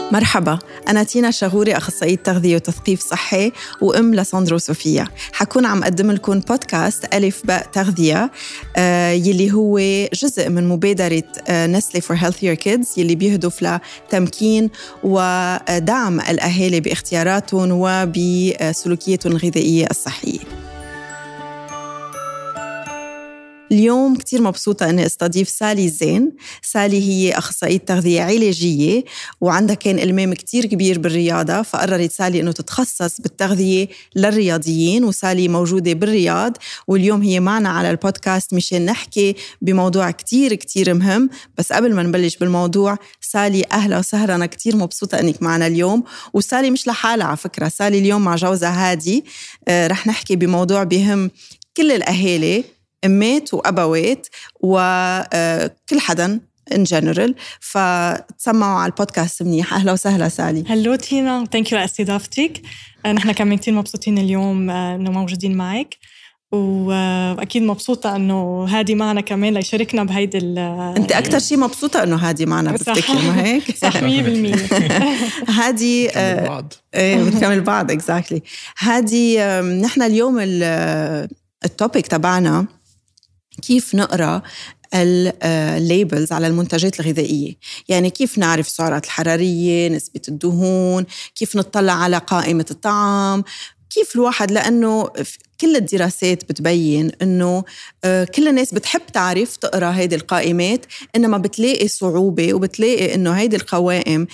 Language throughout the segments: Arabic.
مرحبا، أنا تينا شغوري، أخصائية تغذية وتثقيف صحي وأم لساندرو صوفيا. حكون عم أقدم لكم بودكاست ألف باء تغذية يلي هو جزء من مبادرة نسلي for healthier kids يلي بيهدف لتمكين ودعم الأهالي باختياراتهم وبسلوكياتهم الغذائية الصحية. اليوم كتير مبسوطة أني استضيف سالي زين. سالي هي أخصائية تغذية علاجية وعندها كان إلمام كتير كبير بالرياضة، فقررت سالي أنه تتخصص بالتغذية للرياضيين، وسالي موجودة بالرياض واليوم هي معنا على البودكاست مشان نحكي بموضوع كتير كتير مهم. بس قبل ما نبلش بالموضوع، سالي أهلا وسهلا، أنا كتير مبسوطة أنك معنا اليوم. وسالي مش لحالها على فكرة، سالي اليوم مع جوزها هادي. رح نحكي بموضوع بهم كل الأهالي، أمات وأبوات وكل حدا in general، فتسمعوا على البودكاست منيح. أهلا وسهلا سالي. هلو تينا، thank you لاستضافتك. نحن كمان كتير مبسوطين اليوم إنه موجودين معك، وأكيد مبسوطة إنه هادي معنا كمان ليشاركنا بهيدي أنت أكتر شيء مبسوطة إنه هادي معنا، بفتكر ما هيك؟ صح 100%. هادي بنكمل بعض exactly. هادي نحن اليوم التوبيك تبعنا كيف نقرأ الليبلز على المنتجات الغذائية، يعني كيف نعرف السعرات الحرارية، نسبة الدهون، كيف نطلع على قائمة الطعام، كيف الواحد، لأنه كل الدراسات بتبين أنه كل الناس بتحب تعرف تقرأ هيدي القائمات، إنما بتلاقي صعوبة وبتلاقي أنه هيدي القوائم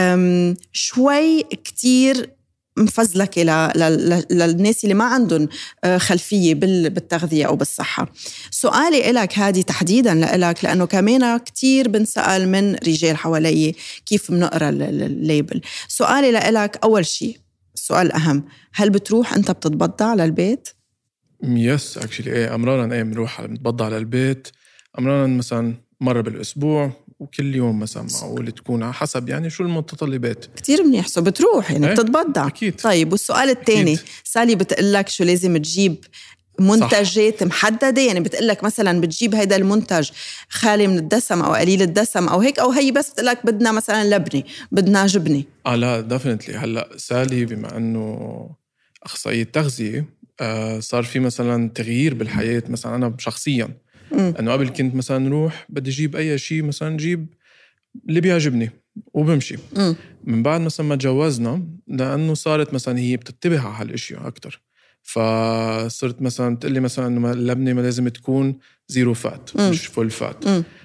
شوي كتير مفزلكة للناس اللي ما عندهم خلفية بالتغذية أو بالصحة. سؤالي إلك هادي تحديداً لإلك، لأنه كمان كتير بنسأل من رجال حوالي كيف بنقرأ الليبل. سؤالي لإلك أول شيء، السؤال الأهم، هل بتروح أنت بتتبضع للبيت؟ يس اكشلي امرارا بنروح بنتبضع على البيت، امرارا مثلا مرة بالأسبوع، وكل يوم مثلا معقول تكون على حسب يعني شو المتطلبات. كتير منيح، سو بتروح يعني بتتبضع. أكيد. طيب والسؤال الثاني، سالي بتقلك شو لازم تجيب منتجات محددة، يعني بتقلك مثلا بتجيب هيدا المنتج خالي من الدسم أو قليل الدسم أو هيك، أو هي بس بتقلك بدنا مثلا لبنة، بدنا جبنة؟ لا ديفينتلي. هلأ سالي بما أنه أخصائية تغذية، صار في مثلا تغيير بالحياة. مثلا أنا شخصيا أنه قبل كنت مثلا روح بدي جيب أي شيء، مثلا جيب اللي بيعجبني وبمشي. من بعد مثلا ما تجوزنا، لأنه صارت مثلا هي بتتبه على هالأشياء أكتر، فصرت مثلا تقلي مثلا أنه اللبنة ما لازم تكون زيرو فات، مش فول فات.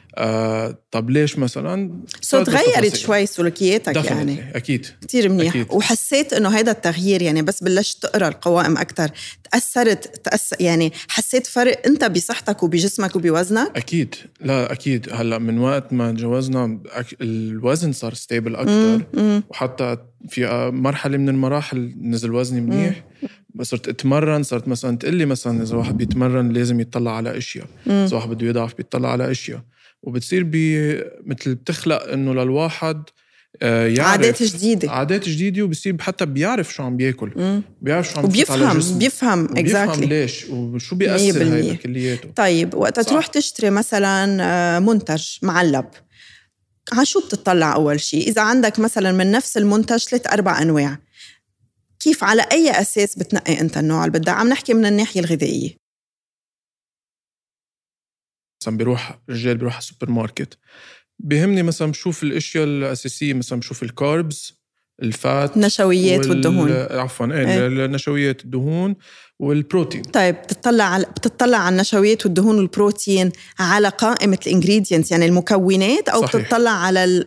طب ليش مثلا؟ تغيرت شوي سلوكياتك يعني. أكيد كتير منيح. وحسيت إنه هيدا التغيير يعني بس بلشت تقرأ القوائم أكتر تأثر يعني حسيت فرق أنت بصحتك وبجسمك وبوزنك؟ أكيد. لا أكيد. هلأ من وقت ما تجوزنا الوزن صار ستيبل أكتر، وحتى في مرحلة من المراحل نزل وزني منيح. صرت اتمرن، صرت مثلا تقلي مثلا إذا واحد بيتمرن لازم يطلع على أشياء، إذا واحد بده يضعف بيطلع على أشياء، وبتصير مثل بتخلق إنه للواحد عادات جديدة، وبصير حتى بيعرف شو عم بياكل، بيعرف شو عم بيحط على جسمه، وبيفهم ليش وشو بيأثر هيدا كلياته. طيب وقت تروح تشتري مثلا منتج معلب، على شو بتطلع أول شيء؟ إذا عندك مثلا من نفس المنتج 3-4 أنواع، كيف على أي أساس بتنقي أنت النوع اللي بدك؟ عم نحكي من الناحية الغذائية. مثلا رجال بيروح على السوبر ماركت، بيهمني مثلا بشوف الاشياء الاساسيه، مثلا بشوف الكاربز، الفات، النشويات والدهون، النشويات، الدهون والبروتين. طيب بتطلع على النشويات والدهون والبروتين على قائمه الانجريدينتس يعني المكونات، او صحيح. بتطلع على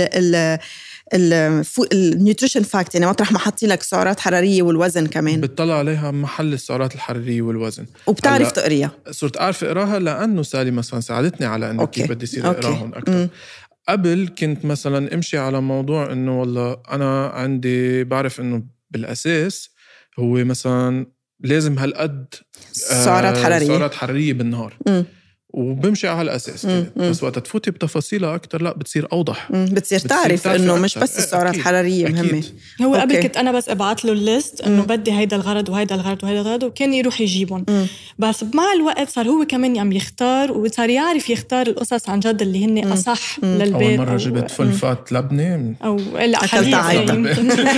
النيوتريشن فاكت يعني مطرح ما حطي لك سعرات حراريه والوزن كمان بتطلع عليها محل السعرات الحراريه والوزن، وبتعرف تقريها. صرت أعرف أقراها لأنه سالي مثلا ساعدتني على أنه كيف بدي يصير أقراهم أكتر. قبل كنت مثلا امشي على موضوع أنه والله أنا عندي بعرف أنه بالأساس هو مثلا لازم هالقد سعرات حراريه بالنهار. وبمشي على هالأساس بس وقت تفوتي بتفاصيلها أكتر لا بتصير أوضح، بتصير تعرف إنه مش بس السعرات الحرارية مهمة. هو قبل كنت أنا بس أبعت له الليست إنه بدي هيدا الغرض وهيدا الغرض وهيدا الغرض وكان يروح يجيبهم. بس مع الوقت صار هو كمان عم يختار وصار يعرف يختار القصص عن جد اللي هن أصح للبيت. أول مرة جبت فلفات لبنة أو لا حليب.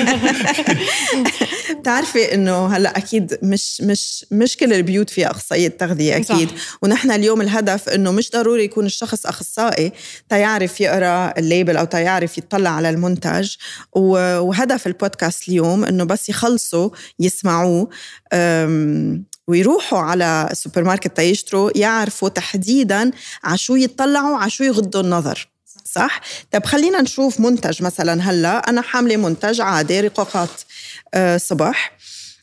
بتعرفي إنه هلأ أكيد مش كل البيوت فيها أخصائية تغذية أكيد. ونحن اليوم الهدف إنه مش ضروري يكون الشخص أخصائي تيعرف يقرأ الليبل أو تيعرف يطلع على المنتج. وهدف البودكاست اليوم إنه بس يخلصوا يسمعوه ويروحوا على السوبر ماركت تيشتروا يعرفوا تحديداً عشو يطلعوا عشو يغضوا النظر. صح؟ طب خلينا نشوف منتج مثلاً. هلأ أنا حاملة منتج عادي رقاقات صبح.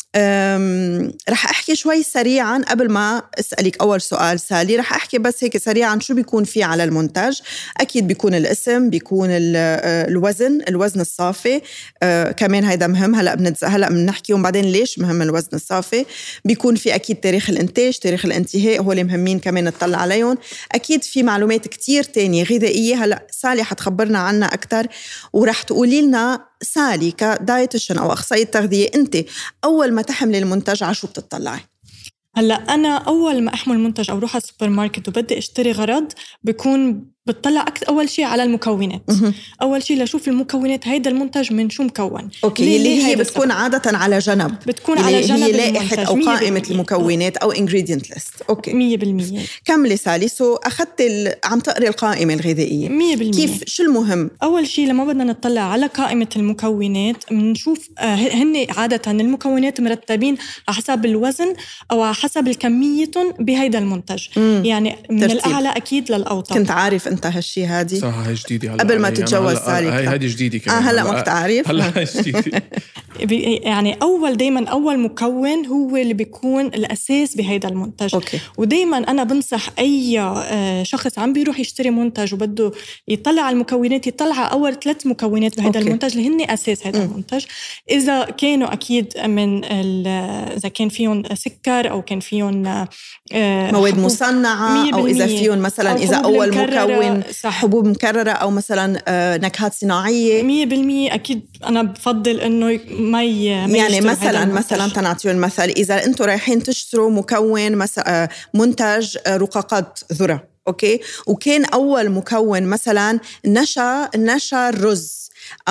رح أحكي شوي سريعاً قبل ما أسألك أول سؤال سالي. رح أحكي بس هيك سريعاً شو بيكون فيه على المنتج. أكيد بيكون الاسم، بيكون الوزن الصافي، كمان هيدا مهم. هلأ بنحكيهم بعدين ليش مهم الوزن الصافي. بيكون في أكيد تاريخ الإنتاج، تاريخ الانتهاء، هو اللي مهمين كمان نطلع عليهم. أكيد في معلومات كتير تانية غذائية هلأ سالي حتخبرنا عنها أكتر ورح تقولي لنا. سالي كدايتيشن أو أخصائية تغذية، أنت أول ما تحملي المنتج على شو بتطلعي؟ هلأ أنا أول ما أحمل منتج أو روح على السوبر ماركت وبدي أشتري غرض بكون بتطلع أول شيء على المكونات. أول شيء لشوف المكونات هيدا المنتج من شو مكون. أوكي. اللي هي بتكون عادة على جنب. بتكون على جنب هي لائحة أو قائمة المكونات أو ingredient list. أوكي 100%. كملي سالي. أخذت عم تقري القائمة الغذائية 100%. كيف شو المهم؟ أول شيء لما بدنا نطلع على قائمة المكونات بنشوف هن عادة المكونات مرتبين على حسب الوزن أو على حسب الكمية بهيدا المنتج. يعني من ترتيب. الأعلى أكيد للأوطى. كنت عارف انت هالشي هادي؟ صح هاي جديدة هلا قبل ما تتجوز سالي. هاي جديدة كمان. هلا ما كنت عارف. هلا جديدة. يعني دايما أول مكون هو اللي بيكون الأساس بهيدا المنتج. أوكي. ودايما أنا بنصح أي شخص عم بيروح يشتري منتج وبده يطلع على المكونات يطلع على أول 3 مكونات بهيدا المنتج اللي هن أساس هيدا المنتج. إذا كانوا أكيد إذا كان فيهم سكر أو كان فيهم مواد مصنعة أو إذا فيهم مثلا إذا أول مكون حبوب مكررة أو مثلا نكهات صناعية 100%. أكيد أنا بفضل إنه ما يعني مثلا تنعطيوا المثل. إذا أنتوا رايحين تشتروا مكون مثلا منتج رقاقات ذرة أوكي وكان أول مكون مثلا نشا الرز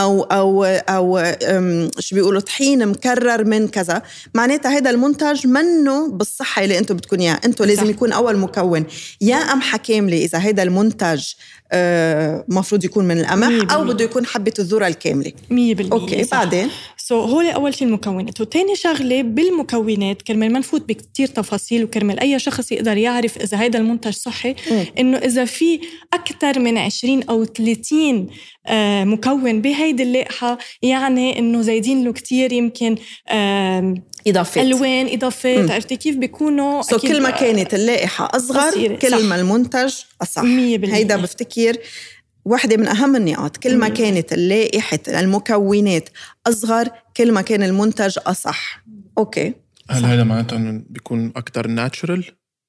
أو شو بيقولوا طحين مكرر من كذا، معناتها هذا المنتج منه بالصحة اللي أنتوا بدكم إياه. أنتوا لازم يكون أول مكون يا قمحة كاملة إذا هذا المنتج مفروض يكون من القمح أو بده يكون حبة الذرة الكاملة 100%. أوكي صح. بعدين هو أول شيء المكونات. وتاني شغلة بالمكونات كرمال ما نفوت بكتير تفاصيل وكرمال أي شخص يقدر يعرف إذا هذا المنتج صحي إنه إذا في أكتر من 20 أو 30 مكون بهيدي اللائحة يعني إنه زايدين له كتير يمكن إضافات ألوان إضافات. عرفتي كيف بيكونوا كل ما كانت اللائحة أصغر كل ما المنتج أصح. هيدا بفتكر واحدة من أهم النقاط. كل ما كانت اللائحة المكونات أصغر كل ما كان المنتج أصح. أوكي. هل هذا معناته أنه بيكون أكتر ناتشرال؟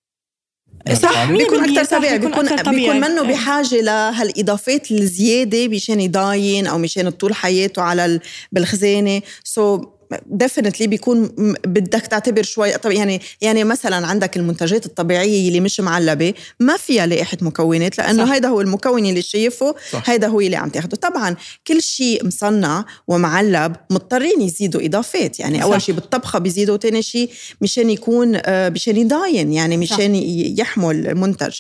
صح بيكون أكتر طبيعي. بيكون منه بحاجة لهالإضافات الزيادة بيشان يضاين أو مشان طول حياته على بالخزانة. definitely بيكون بدك تعتبر شوي. طب يعني مثلا عندك المنتجات الطبيعية اللي مش معلبة ما فيها لائحة مكونات لأنه هيدا هو المكون اللي شايفه هيدا هو اللي عم تاخده. طبعا كل شيء مصنع ومعلب مضطرين يزيدوا إضافات. يعني أول شيء بالطبخة بيزيدوا وتاني شيء مشان يكون مشان يضاين يعني مشان يحمل المنتج.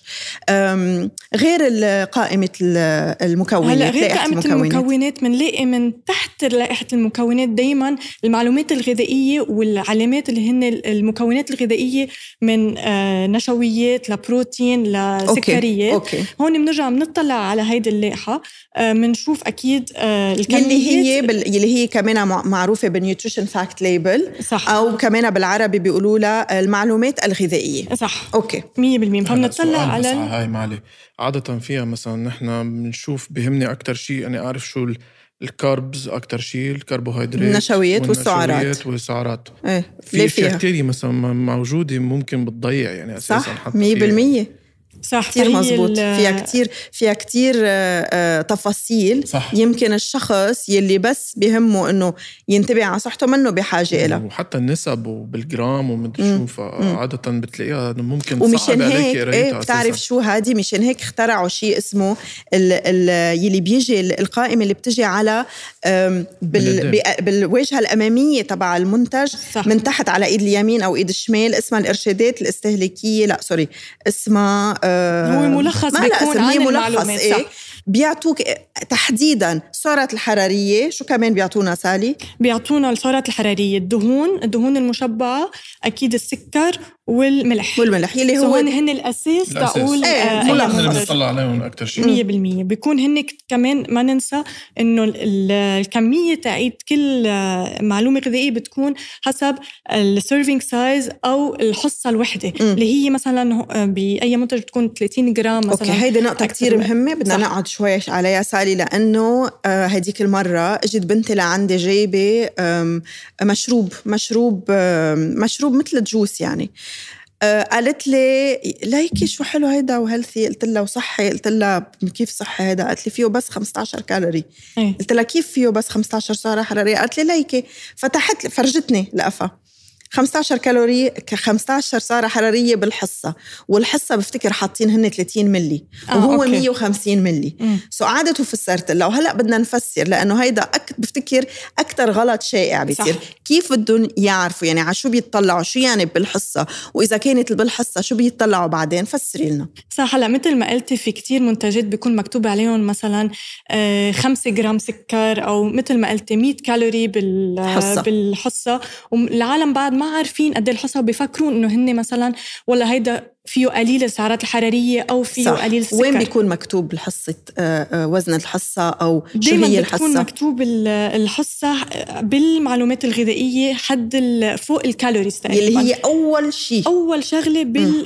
غير قائمة المكونات غير قائمة المكونات منلاقي من تحت لائحة المكونات دايما المعلومات الغذائية والعلامات اللي هن المكونات الغذائية من نشويات لبروتين لسكريات. أوكي. هون بنرجع بنطلع على هيدي اللائحة بنشوف أكيد الكميات اللي هي كمان معروفة بالنيوتريشن فاكت ليبل أو كمان بالعربي بيقولوا لها المعلومات الغذائية. صح. أوكي 100%. فبنطلع على هاي معلي عادة فيها مثلا نحن بنشوف بهمني أكتر شيء أنا أعرف شو الكاربز أكتر شيء الكربوهيدرات النشويات والسعرات. في أشياء كتير مثلا موجودة ممكن بتضيع يعني أساسا. صح 100%. صح، كتير مزبوط. فيها كتير تفاصيل. صح. يمكن الشخص يلي بس بيهمه إنه ينتبه على صحته منه بحاجة إلها، وحتى النسب وبالجرام ومدري شو، فعادة بتلاقيها ممكن ومشان صعب عليك هيك قرايتها. بتعرف شو هادي، مشان هيك اخترعوا شيء اسمه يلي بيجي القائمة اللي بتجي على بالواجهة الأمامية تبع المنتج. صح. من تحت على إيد اليمين أو إيد الشمال اسمها الإرشادات الاستهلاكية، لا سوري اسمها هو ملخص بيكون عن المعلومات. إيه؟ بيعطوك تحديداً السعرات الحرارية. شو كمان بيعطونا سالي؟ بيعطونا السعرات الحرارية، الدهون المشبعة، أكيد السكر والملح يلي هو هن الأساس تقول اللي بنطلع عليهم أكتر شيء 100%. بيكون هن كمان ما ننسى إنه الكمية تعيد كل معلومة غذائية بتكون حسب السيرفينج سايز أو الحصة الوحدة اللي هي مثلا بأي منتج بتكون 30 جرام مثلا. أوكي، هيدي نقطة كتير مهمة بدنا نقعد شوي عليها سالي، لأنه هديك المرة اجت بنتي لعندي جايبة مشروب مثل جوس يعني. قالت لي لايكي شو حلو هيدا وهيلثي. قلت لها وصحي. قلت لها كيف صحي هيدا؟ قالت لي فيه بس 15 كالوري. قلت لها كيف فيه بس 15 سعرة حرارية؟ قالت لي لايكي. فتحت فرجتني لقفة 15 كالوري 15 سعرة حرارية بالحصة، والحصة بفتكر حاطين هن 30 ملي وهو أوكي. 150 ملي. قعدت وفسرت لها، وهلأ بدنا نفسر لأنه هيدا بفتكر أكتر غلط شائع بيصير. صح. كيف بدهم يعرفوا يعني على شو بيطلعوا، شو يعني بالحصة، وإذا كانت بالحصة شو بيطلعوا بعدين؟ فسري لنا. صح. هلأ مثل ما قلتي في كتير منتجات بيكون مكتوب عليهم مثلا 5 جرام سكر، أو مثل ما قلتي 100 كالوري بالحصة، والعالم بعد ما عارفين قد الحصة وبيفكرون إنه هن مثلا والله هيدا فيه قليل السعرات الحرارية أو فيه صح. قليل السكر. وين بيكون مكتوب الحصة وزن الحصة أو شو هي الحصة؟ دايما بتكون مكتوب الحصة بالمعلومات الغذائية حد فوق الكالوريز اللي هي أول شغلة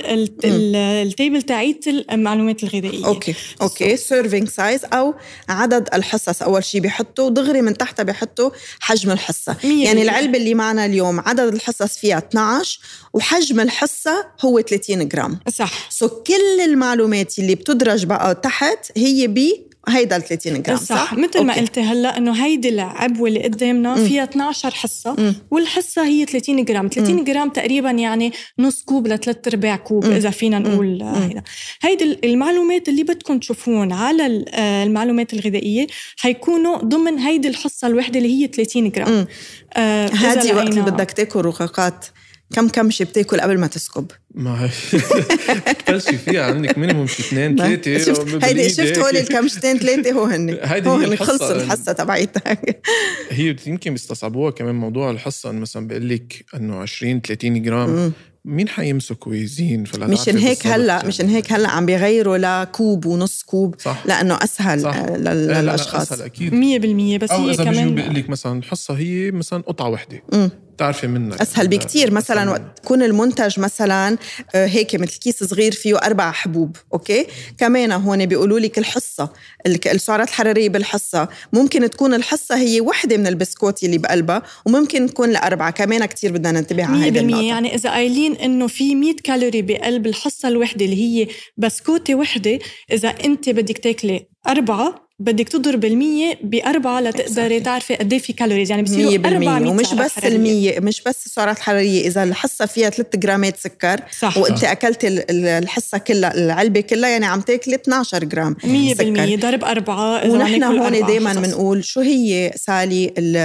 بالتيبل تاعيت المعلومات الغذائية. أوكي سيرفينج سايز أو عدد الحصص. أول شيء بيحطوا دغري من تحت بيحطوا حجم الحصة. يعني العلبة اللي معنا اليوم عدد الحصص فيها 12 وحجم الحصة هو 30 جرام. صح. كل المعلومات اللي بتدرج بقى تحت هي هيدا 30 جرام. صح. مثل ما قلت هلا انه هيدي العبوه اللي قدامنا فيها 12 حصه والحصه هي 30 جرام. 30 جرام تقريبا يعني نص كوب ل3/4 كوب اذا فينا نقول هيدي المعلومات اللي بدكم تشوفون على المعلومات الغذائيه حيكونوا ضمن هيدي الحصه الوحده اللي هي 30 جرام. هذه وقت اللي بدك تاكل رقاقات كم كمشة بتاكل قبل ما تسكب؟ ما هي بتبلشي فيها عندك مينيموم 2-3. هيدي شفت هول الكمشتين 3 هو هن خلص الحصة تبعيتها. هي يمكن بيستصعبوها كمان موضوع الحصة، مثلا بيقول لك انه 20-30 جرام مين حيمسك ويزين؟ مشان هيك هلا عم بيغيروا لكوب ونص كوب. صح. لانه اسهل للاشخاص. اسهل اكيد 100%. بس هي كمان بيقول لك مثلا الحصة هي مثلا قطعة واحدة تعرفي منها أسهل بكتير. مثلا وقت تكون المنتج مثلا هيك مثل كيس صغير فيه 4 حبوب أوكي، كمان هون بيقولوا لك الحصة السعرات الحرارية بالحصة ممكن تكون الحصة هي واحدة من البسكوت اللي بقلبها وممكن تكون ل4. كمان كتير بدنا ننتبه على هذا النقطة. يعني إذا قايلين إنه في 100 كالوري بقلب الحصة الوحدة اللي هي بسكوتة وحدة، إذا أنت بدك تاكلي 4 بدك تضرب 100 ب4 لتقدري تعرفي قد ايه في كالوريز. يعني بصيروا 400. ومش بس 100 مش بس السعرات الحرارية. إذا الحصة فيها 3 جرامات سكر صح. وأنت أكلت الحصة كلها العلبة كلها يعني عم تاكلي 12 جرام 100% ضرب 4. ونحن هون دايما بنقول شو هي سالي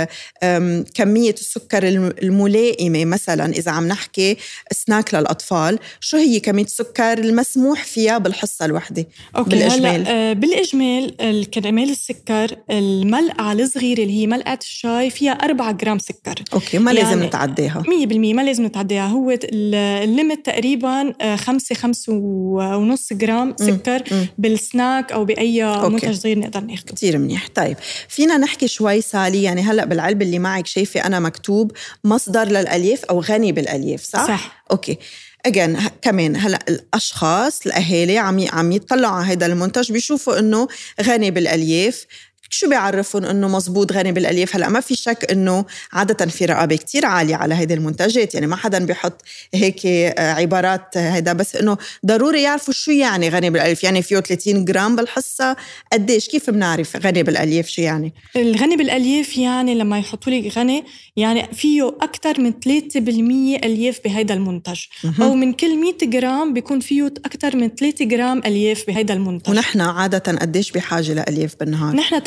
كمية السكر الملائمة. مثلا إذا عم نحكي سناك للأطفال، شو هي كمية السكر المسموح فيها بالحصة الواحدة بالإجمال؟ بالإجمال كرمال السكر الملعقة الصغيرة اللي هي ملعقة الشاي فيها 4 جرام سكر. أوكي، ما لازم نتعديها 100%. ما لازم نتعديها. هو الليمت تقريبا 5.5 جرام سكر بالسناك أو بأي منتج صغير نقدر ناخده. كتير منيح. طيب فينا نحكي شوي سالي، يعني هلأ بالعلبة اللي معك شايفة أنا مكتوب مصدر للألياف أو غني بالألياف، صح؟ أوكي. كمان هلأ الأشخاص الأهالي عم يطلعوا على هذا المنتج بيشوفوا إنه غني بالألياف. شو بيعرفون انه مزبوط غني بالالياف؟ هلا ما في شك انه عاده في رقابه كتير عاليه على هيدي المنتجات، يعني ما حدا بيحط هيك عبارات هيدا، بس انه ضروري يعرفوا شو يعني غني بالالياف. يعني فيه 30 جرام بالحصه، قديش؟ كيف بنعرف غني بالالياف شو يعني؟ الغني بالالياف يعني لما يحطوا لي غني يعني فيه اكثر من 3% الياف بهيدا المنتج، او من كل 100 جرام بيكون فيه اكثر من 3 جرام الياف بهيدا المنتج. ونحن عاده قديش بحاجه لالياف بالنهار؟ نحن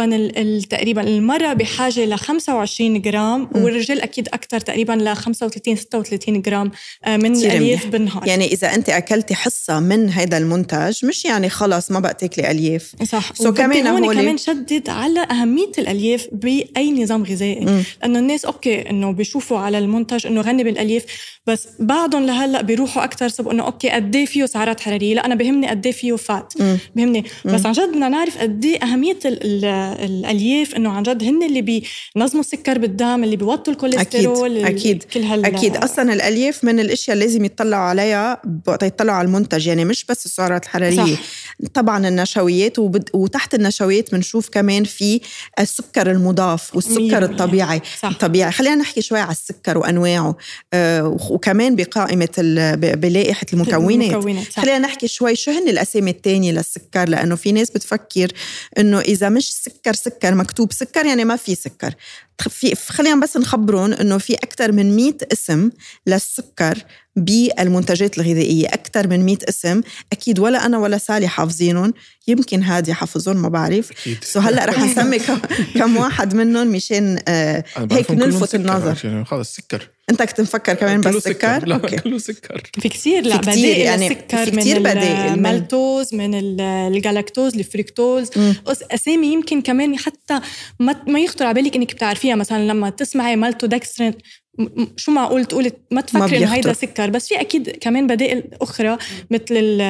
تقريبا المرأة بحاجة ل 25 جرام والرجال أكيد أكتر، تقريبا ل 35-36 جرام من الألياف بالنهار. يعني إذا أنت أكلتي حصة من هيدا المنتج مش يعني خلاص ما بقى تاكلي ألياف. صح. كمان شدد على أهمية الألياف بأي نظام غذائي، لأنه الناس أوكي إنه بيشوفوا على المنتج إنه غني بالألياف، بس بعضهم لهلأ بيروحوا أكتر سبب إنه أوكي قديه فيه سعرات حرارية، لا أنا بهمني قديه فيه فات، بهمني. بس عن جد بدنا نعرف قديه أهمية الألياف، إنه عن جد هن اللي بينظموا السكر بالدم، اللي بيوطوا الكوليسترول. أكيد. أكيد أصلاً الألياف من الأشياء اللي لازم يطلعوا عليها وقت يطلعوا على المنتج، يعني مش بس السعرات الحرارية. صح. طبعاً النشويات، وتحت النشويات بنشوف كمان في السكر المضاف والسكر الطبيعي. طبيعي. خلينا نحكي شوي على السكر وأنواعه، وكمان بقائمة بلائحة المكونات. خلينا نحكي شوي شو هن الأسامي التانية للسكر، لأنه في ناس بتفكر إنه إذا مش سكر مكتوب سكر يعني ما في سكر. خلينا بس نخبرون إنه في أكتر من 100 اسم للسكر بالمنتجات الغذائية، أكتر من 100 اسم. أكيد ولا أنا ولا سالي حافظينهم، يمكن هادي حافظون ما بعرف. هلأ رح نسمي كم واحد منهم مشان هيك نلفت النظر. يعني خلص سكر. أنت كنت مفكر كمان بس سكر؟ لا كله سكر. في كتير لا بدائل يعني السكر، من المالتوز، من الجلاكتوز، الفريكتوز، أسامي يمكن كمان حتى ما يخطر على بالك إنك بتعرفيها. مثلا لما تسمعي مالتودكسترين شو معقول تقولي ما تفكري إنه هيدا سكر، بس في أكيد كمان بدائل أخرى مثل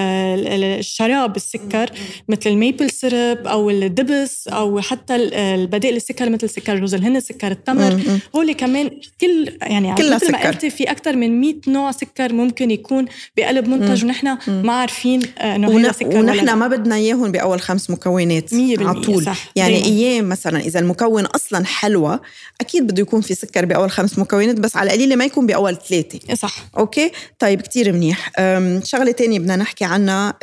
الشراب السكر، مثل الميبل سيرب أو الدبس، أو حتى البدائل السكر مثل سكر الرز الهند، سكر التمر. هولي كمان يعني مثل ما قلتي في أكتر من 100 نوع سكر ممكن يكون بقلب منتج، ونحن ما عارفين إنه هيدا سكر. ونحن ما بدنا إياهم بأول 5 مكونات على طول. يعني إياه مثلا إذا المكون أصلا حلوة أكيد بده يكون في سكر بأول 5 مكونات، بس على القليل ما يكون بأول 3. صح. أوكي طيب كتير منيح. شغلة تانية بدنا نحكي عنها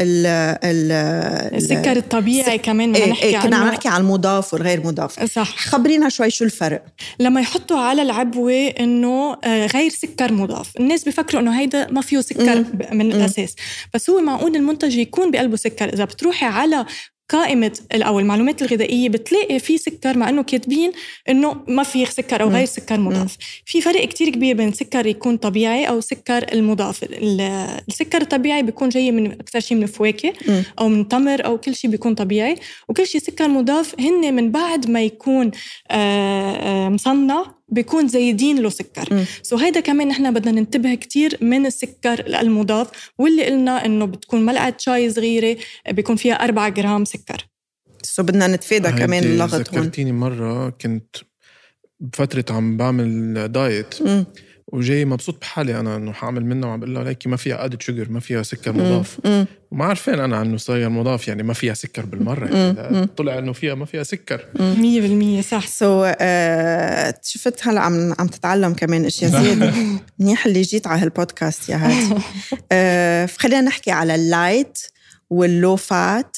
السكر الطبيعي. كمان بدنا نحكي عنه. كنا عم نحكي عن المضاف والغير مضاف. صح. خبرينا شوي شو الفرق لما يحطوا على العبوة إنه غير سكر مضاف. الناس بيفكروا إنه هيدا ما فيه سكر من الأساس، بس هو معقول المنتج يكون بقلبه سكر. إذا بتروحي على قائمة أو المعلومات الغذائية بتلاقي في سكر، مع أنه كاتبين أنه ما في سكر أو غير سكر مضاف. في فرق كتير كبير بين سكر يكون طبيعي أو سكر المضاف. السكر الطبيعي بيكون جاي من أكثر شيء من فواكه أو من تمر أو كل شيء بيكون طبيعي، وكل شيء سكر مضاف هن من بعد ما يكون مصنع بيكون زايدين له سكر. هيدا كمان نحن بدنا ننتبه كتير من السكر المضاف، واللي قلنا إنه بتكون ملعقة شاي صغيرة بيكون فيها 4 جرام سكر. بدنا نتفادى كمان اللغط هون. ذكرتيني مرة كنت بفترة عم بعمل دايت وجاي مبسوط بحالي أنا إنه حاعمل منه، وعم بقول له ليكي ما فيها added sugar، ما فيها سكر مضاف. وما عارفين أنا عنه صاير مضاف، يعني ما فيها سكر بالمرة. يعني طلع إنه ما فيها سكر 100%. صح. شفت هلا عم تتعلم كمان أشياء زيادة. منيح اللي جيت على هالبودكاست يا هادي. خلينا نحكي على اللايت واللو فات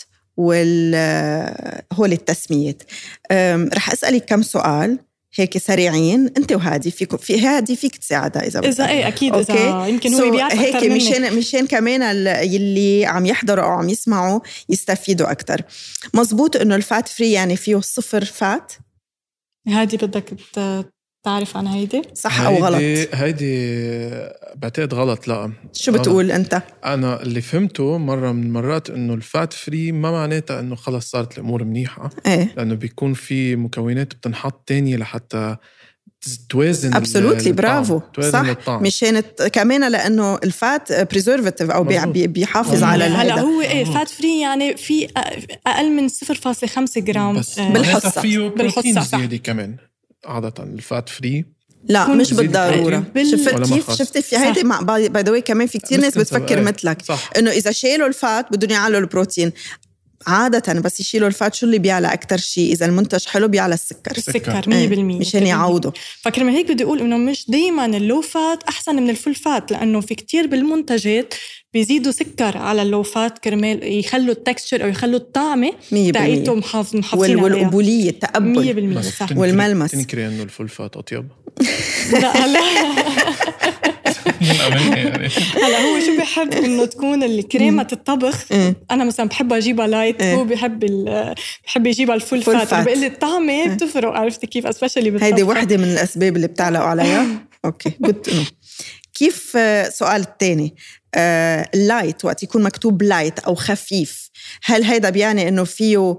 هول التسميات. رح أسألك كم سؤال هيك سريعين، انت وهادي فيك تساعدها اذا ايه اكيد. اذا يمكن هو بيعرف هيك مشان كمان يلي عم يحضروا او عم يسمعوا يستفيدوا اكثر. مزبوط انه الفات فري يعني فيه 0 فات؟ هادي بدك تعرف عن هيدي صح او غلط؟ هيدي بعتقد غلط. لا شو بتقول انت؟ انا اللي فهمته مره من المرات انه الفات فري ما معناتها انه خلص صارت الامور منيحه. لانه بيكون في مكونات بتنحط تانية لحتى توازن. ابسولوتلي برافو. صح. مشان كمان لانه الفات بريزرفاتيف او بيحافظ على هلا هو فات فري يعني في اقل من 0.5 جرام بالحصه. فيه بروتين زياده كمان. عادة الفات فري لا مش بالضرورة. شفت في هيدي باي ذا واي كمان في كتير ناس بتفكر مثلك انه اذا شالوا الفات بدهم يعلوا البروتين. عادة بس يشيلوا الفات شو اللي بيعلى أكتر شيء؟ إذا المنتج حلو بيعلى السكر 100%. مشان يعوضوا. فكرمال هيك بدي أقول إنه مش دايما اللو فات أحسن من الفول فات، لأنه في كتير بالمنتجات بيزيدوا سكر على اللو فات كرمال يخلوا التكستشر أو يخلوا الطعمة تاعيته محافظين عليها، والقبولية التقبل 100% صح. والملمس. تنكري إنه الفول فات أطيب؟ لا هلا هو شو بيحب انه تكون الكريمه الطبخ. انا مثلا بحب اجيبها لايت، هو بحب يجيبها الفول فات. بقول لي الطعمه بتفرق، عرفتي كيف؟ اسبيشلي بالطبخ. هيدي واحده من الاسباب اللي بتعلقوا عليها. اوكي جود انه كيف. سؤال الثاني، اللايت وقت يكون مكتوب لايت او خفيف، هل هيدا بيعني انه فيه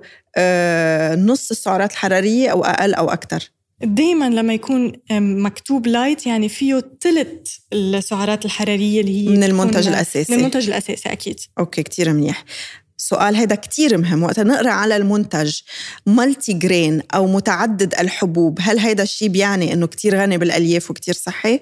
نص السعرات الحراريه او اقل او اكثر؟ دايما لما يكون مكتوب لايت يعني فيه ثلث السعرات الحرارية اللي هي من المنتج الأساسي. من المنتج الأساسي أكيد. أوكي كتير منيح. سؤال هيدا كتير مهم، وقت نقرأ على المنتج مالتي جرين أو متعدد الحبوب، هل هيدا الشيء بيعني إنه كتير غني بالألياف وكتير صحي؟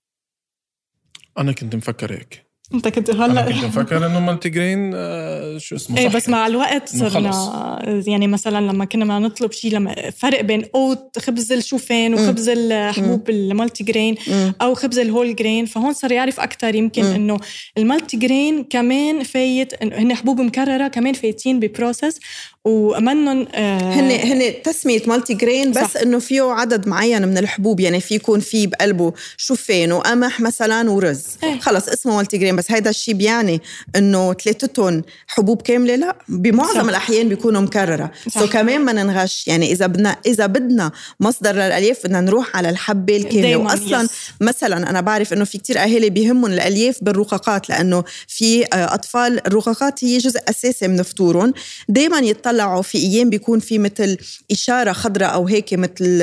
أنا كنت مفكر هيك. انت كنت هلا كنت مفكر انه مالتي جرين شو اسمه ايه، بس مع الوقت صرنا يعني مثلا لما كنا نطلب شيء، لما فرق بين اوت خبز الشوفان وخبز الحبوب المالتي جرين او خبز الهول جرين، فهون صار يعرف اكثر يمكن انه المالتي جرين كمان فايت، انه هن حبوب مكرره كمان فايتين ببروسس ومنن هن تسمية مالتي جرين، بس انه فيه عدد معين من الحبوب، يعني في يكون فيه بقلبه شوفان وقمح مثلا ورز، خلص اسمه مالتي جرين. بس هيدا الشيء بيعني انه ثلاثتهم حبوب كامله؟ لا، بمعظم الاحيان بيكونوا مكرره. سو كمان ما ننغش، يعني اذا بدنا مصدر للالياف بدنا نروح على الحبه الكامله. واصلا مثلا انا بعرف انه في كتير اهالي بيهمهم الالياف بالرقاقات، لانه في اطفال الرقاقات هي جزء اساسي من فطورهم. دائما يطلعوا في ايام بيكون في مثل اشاره خضراء او هيك، مثل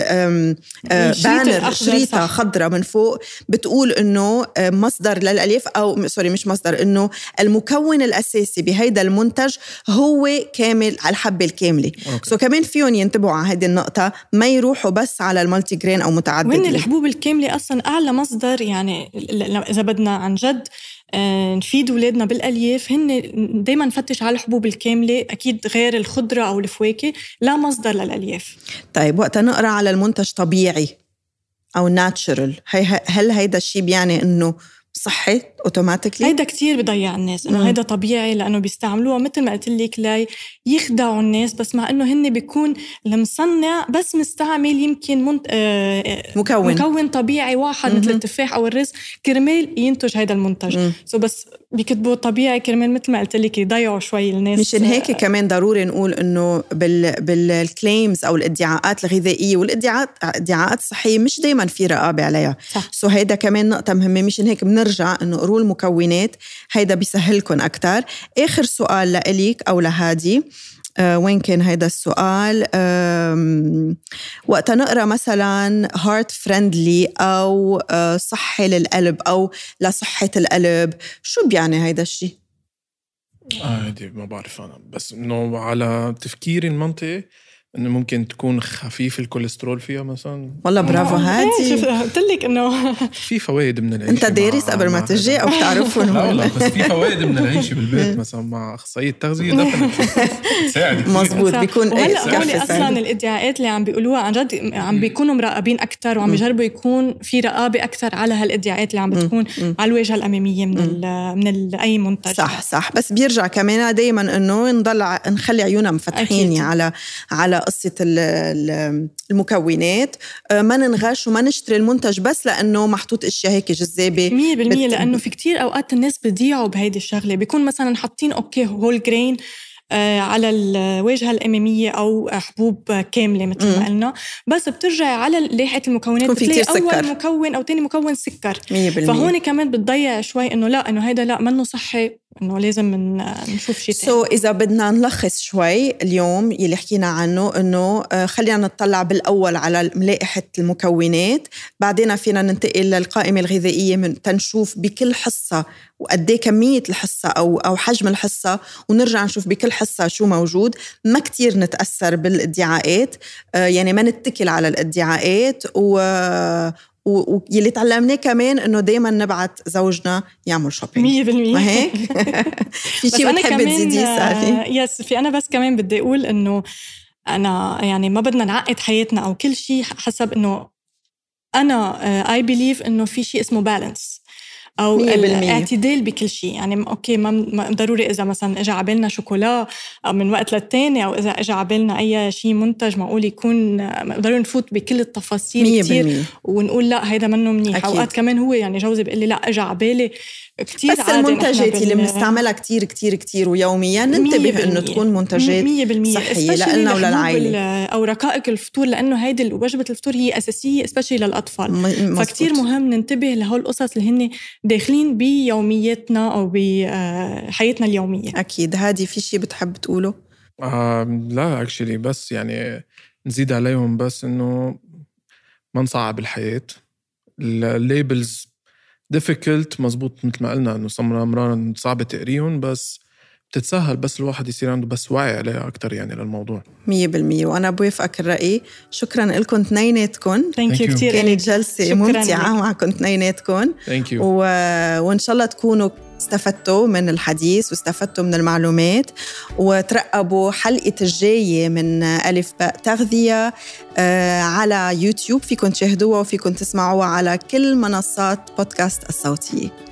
بانر شريطه خضراء من فوق بتقول انه مصدر للالياف، او سوري مش مصدر، انه المكون الاساسي بهيدا المنتج هو كامل على الحبه الكامله. سو كمان فيهم ينتبهوا على هذه النقطه، ما يروحوا بس على المالتي جرين او متعدد. وين الحبوب الكامله اصلا اعلى مصدر، يعني اذا بدنا عن جد نفيد أولادنا بالألياف هن دايما نفتش على الحبوب الكاملة، أكيد غير الخضرة أو الفواكه لا مصدر للألياف. طيب وقت نقرأ على المنتج طبيعي أو ناتشرال، هل هيدا الشيء بيعني إنه صحي اوتوماتيكلي؟ هيدا كتير بضيع الناس، انه هيدا طبيعي، لانه بيستعملوها مثل ما قلت لك لا يخدعوا الناس، بس مع انه هن بيكون المصنع بس مستعمل يمكن مكون طبيعي واحد مثل التفاح او الرز كرمال ينتج هيدا المنتج. بس بيكتبوا طبيعي كرمال مثل ما قلت لك يضيعوا شوي الناس. مشان هيك كمان ضروري نقول انه بالكليمز او الادعاءات الغذائيه والادعاءات الصحيه مش دايما في رقابه عليها. سو هيدا كمان نقطه مهمه، مشان هيك بنرجع انه قروا المكونات، هيدا بيسهلكم اكتر. اخر سؤال لإليك او لهادي، وين كان هيدا السؤال؟ وقت نقرأ مثلا heart friendly أو صحي للقلب أو لصحة القلب، شو بيعني هيدا الشيء؟ هيدي ما بعرف أنا، بس إنه على تفكيري المنطقي إنه ممكن تكون خفيف الكوليسترول فيها مثلا. والله برافو هادي، قلت لك إنه في فوائد من العيش. أنت دارس قبل ما تجي أو بتعرفهم؟ لا بس في فوائد من العيش بالبيت مثلا مع أخصائية تغذية دفن تساعد. مزبوط بيكون. وهلا هول أصلا الادعاءات اللي عم بيقولوها عن جد عم بيكونوا مراقبين أكتر، وعم يجربوا يكون في رقابة أكتر على هالادعاءات اللي عم بتكون على الواجهة الأمامية من أي منتج. صح بس بيرجع كمان دايما إنه نخلي عيوننا مفتحين على قصة المكونات، ما ننغش وما نشتري المنتج بس لأنه محطوط إشياء هيك جذابة 100%. لأنه في كتير أوقات الناس بيضيعوا بهيدي الشغلة، بيكون مثلا حاطين أوكي هول جرين على الواجهة الأمامية أو حبوب كاملة مثل ما قلنا، بس بترجع على لائحة المكونات بتلاقي أول مكون أو تاني مكون سكر 100%. فهون كمان بتضيع شوي إنه لا، إنه هيدا لا منه صحي، إنه لازم نشوف شيء تاني. إذا بدنا نلخص شوي اليوم يلي حكينا عنه، إنه خلينا نطلع بالأول على لائحة المكونات، بعدين فينا ننتقل للقائمة الغذائية من تنشوف بكل حصة وقديه كمية الحصة أو حجم الحصة، ونرجع نشوف بكل حصة شو موجود. ما كتير نتأثر بالادعاءات، يعني ما نتكل على الادعاءات، ويلي تعلمناه كمان إنه دايما نبعت زوجنا يعمل شوبينج 100%. ما هيك؟ في شيء بتحب تزيديه سالي؟ يس، في أنا بس كمان بدي أقول إنه أنا يعني ما بدنا نعقد حياتنا أو كل شيء حسب إنه أنا I believe إنه في شيء اسمه بالانس أو الاعتدال بكل شيء. يعني أوكي ما ضروري إذا مثلا إجا عبالنا شوكولا أو من وقت للتاني، أو إذا إجا عبالنا أي شيء منتج معقول يكون ضروري نفوت بكل التفاصيل كتير ونقول لا هيدا منه منيح. أوقات كمان هو يعني جوزي بيقول لي لا إجا عبالي كتير بس المنتجات اللي بنستعملها كتير كتير كتير ويوميا ننتبه إنه تكون منتجات 100% صحية لنا وللعائلة أو رقائق الفطور، لأنه هيدي وجبة الفطور هي أساسية especially للأطفال. فكتير مهم ننتبه لهول القصص اللي هن داخلين بيومياتنا أو بحياتنا اليومية. أكيد. هادي في شيء بتحب تقوله؟ لا actually بس يعني نزيد عليهم بس إنه ما نصعب الحياة. الليبلز difficult مزبوط مثل ما قلنا إنه مرارا صعب تقريهم، بس بتتسهل بس الواحد يصير عنده بس وعي عليها أكتر يعني للموضوع 100%. وأنا بوافقك الرأي. شكرا لكم اثنيناتكم، كتير كانت جلسة ممتعة معكم اثنيناتكم وإن شاء الله تكونوا استفدتوا من الحديث واستفدتوا من المعلومات، وترقبوا حلقة الجاية من ألف باء تغذية على يوتيوب. فيكم تشاهدوها وفيكم تسمعوها على كل منصات بودكاست الصوتية.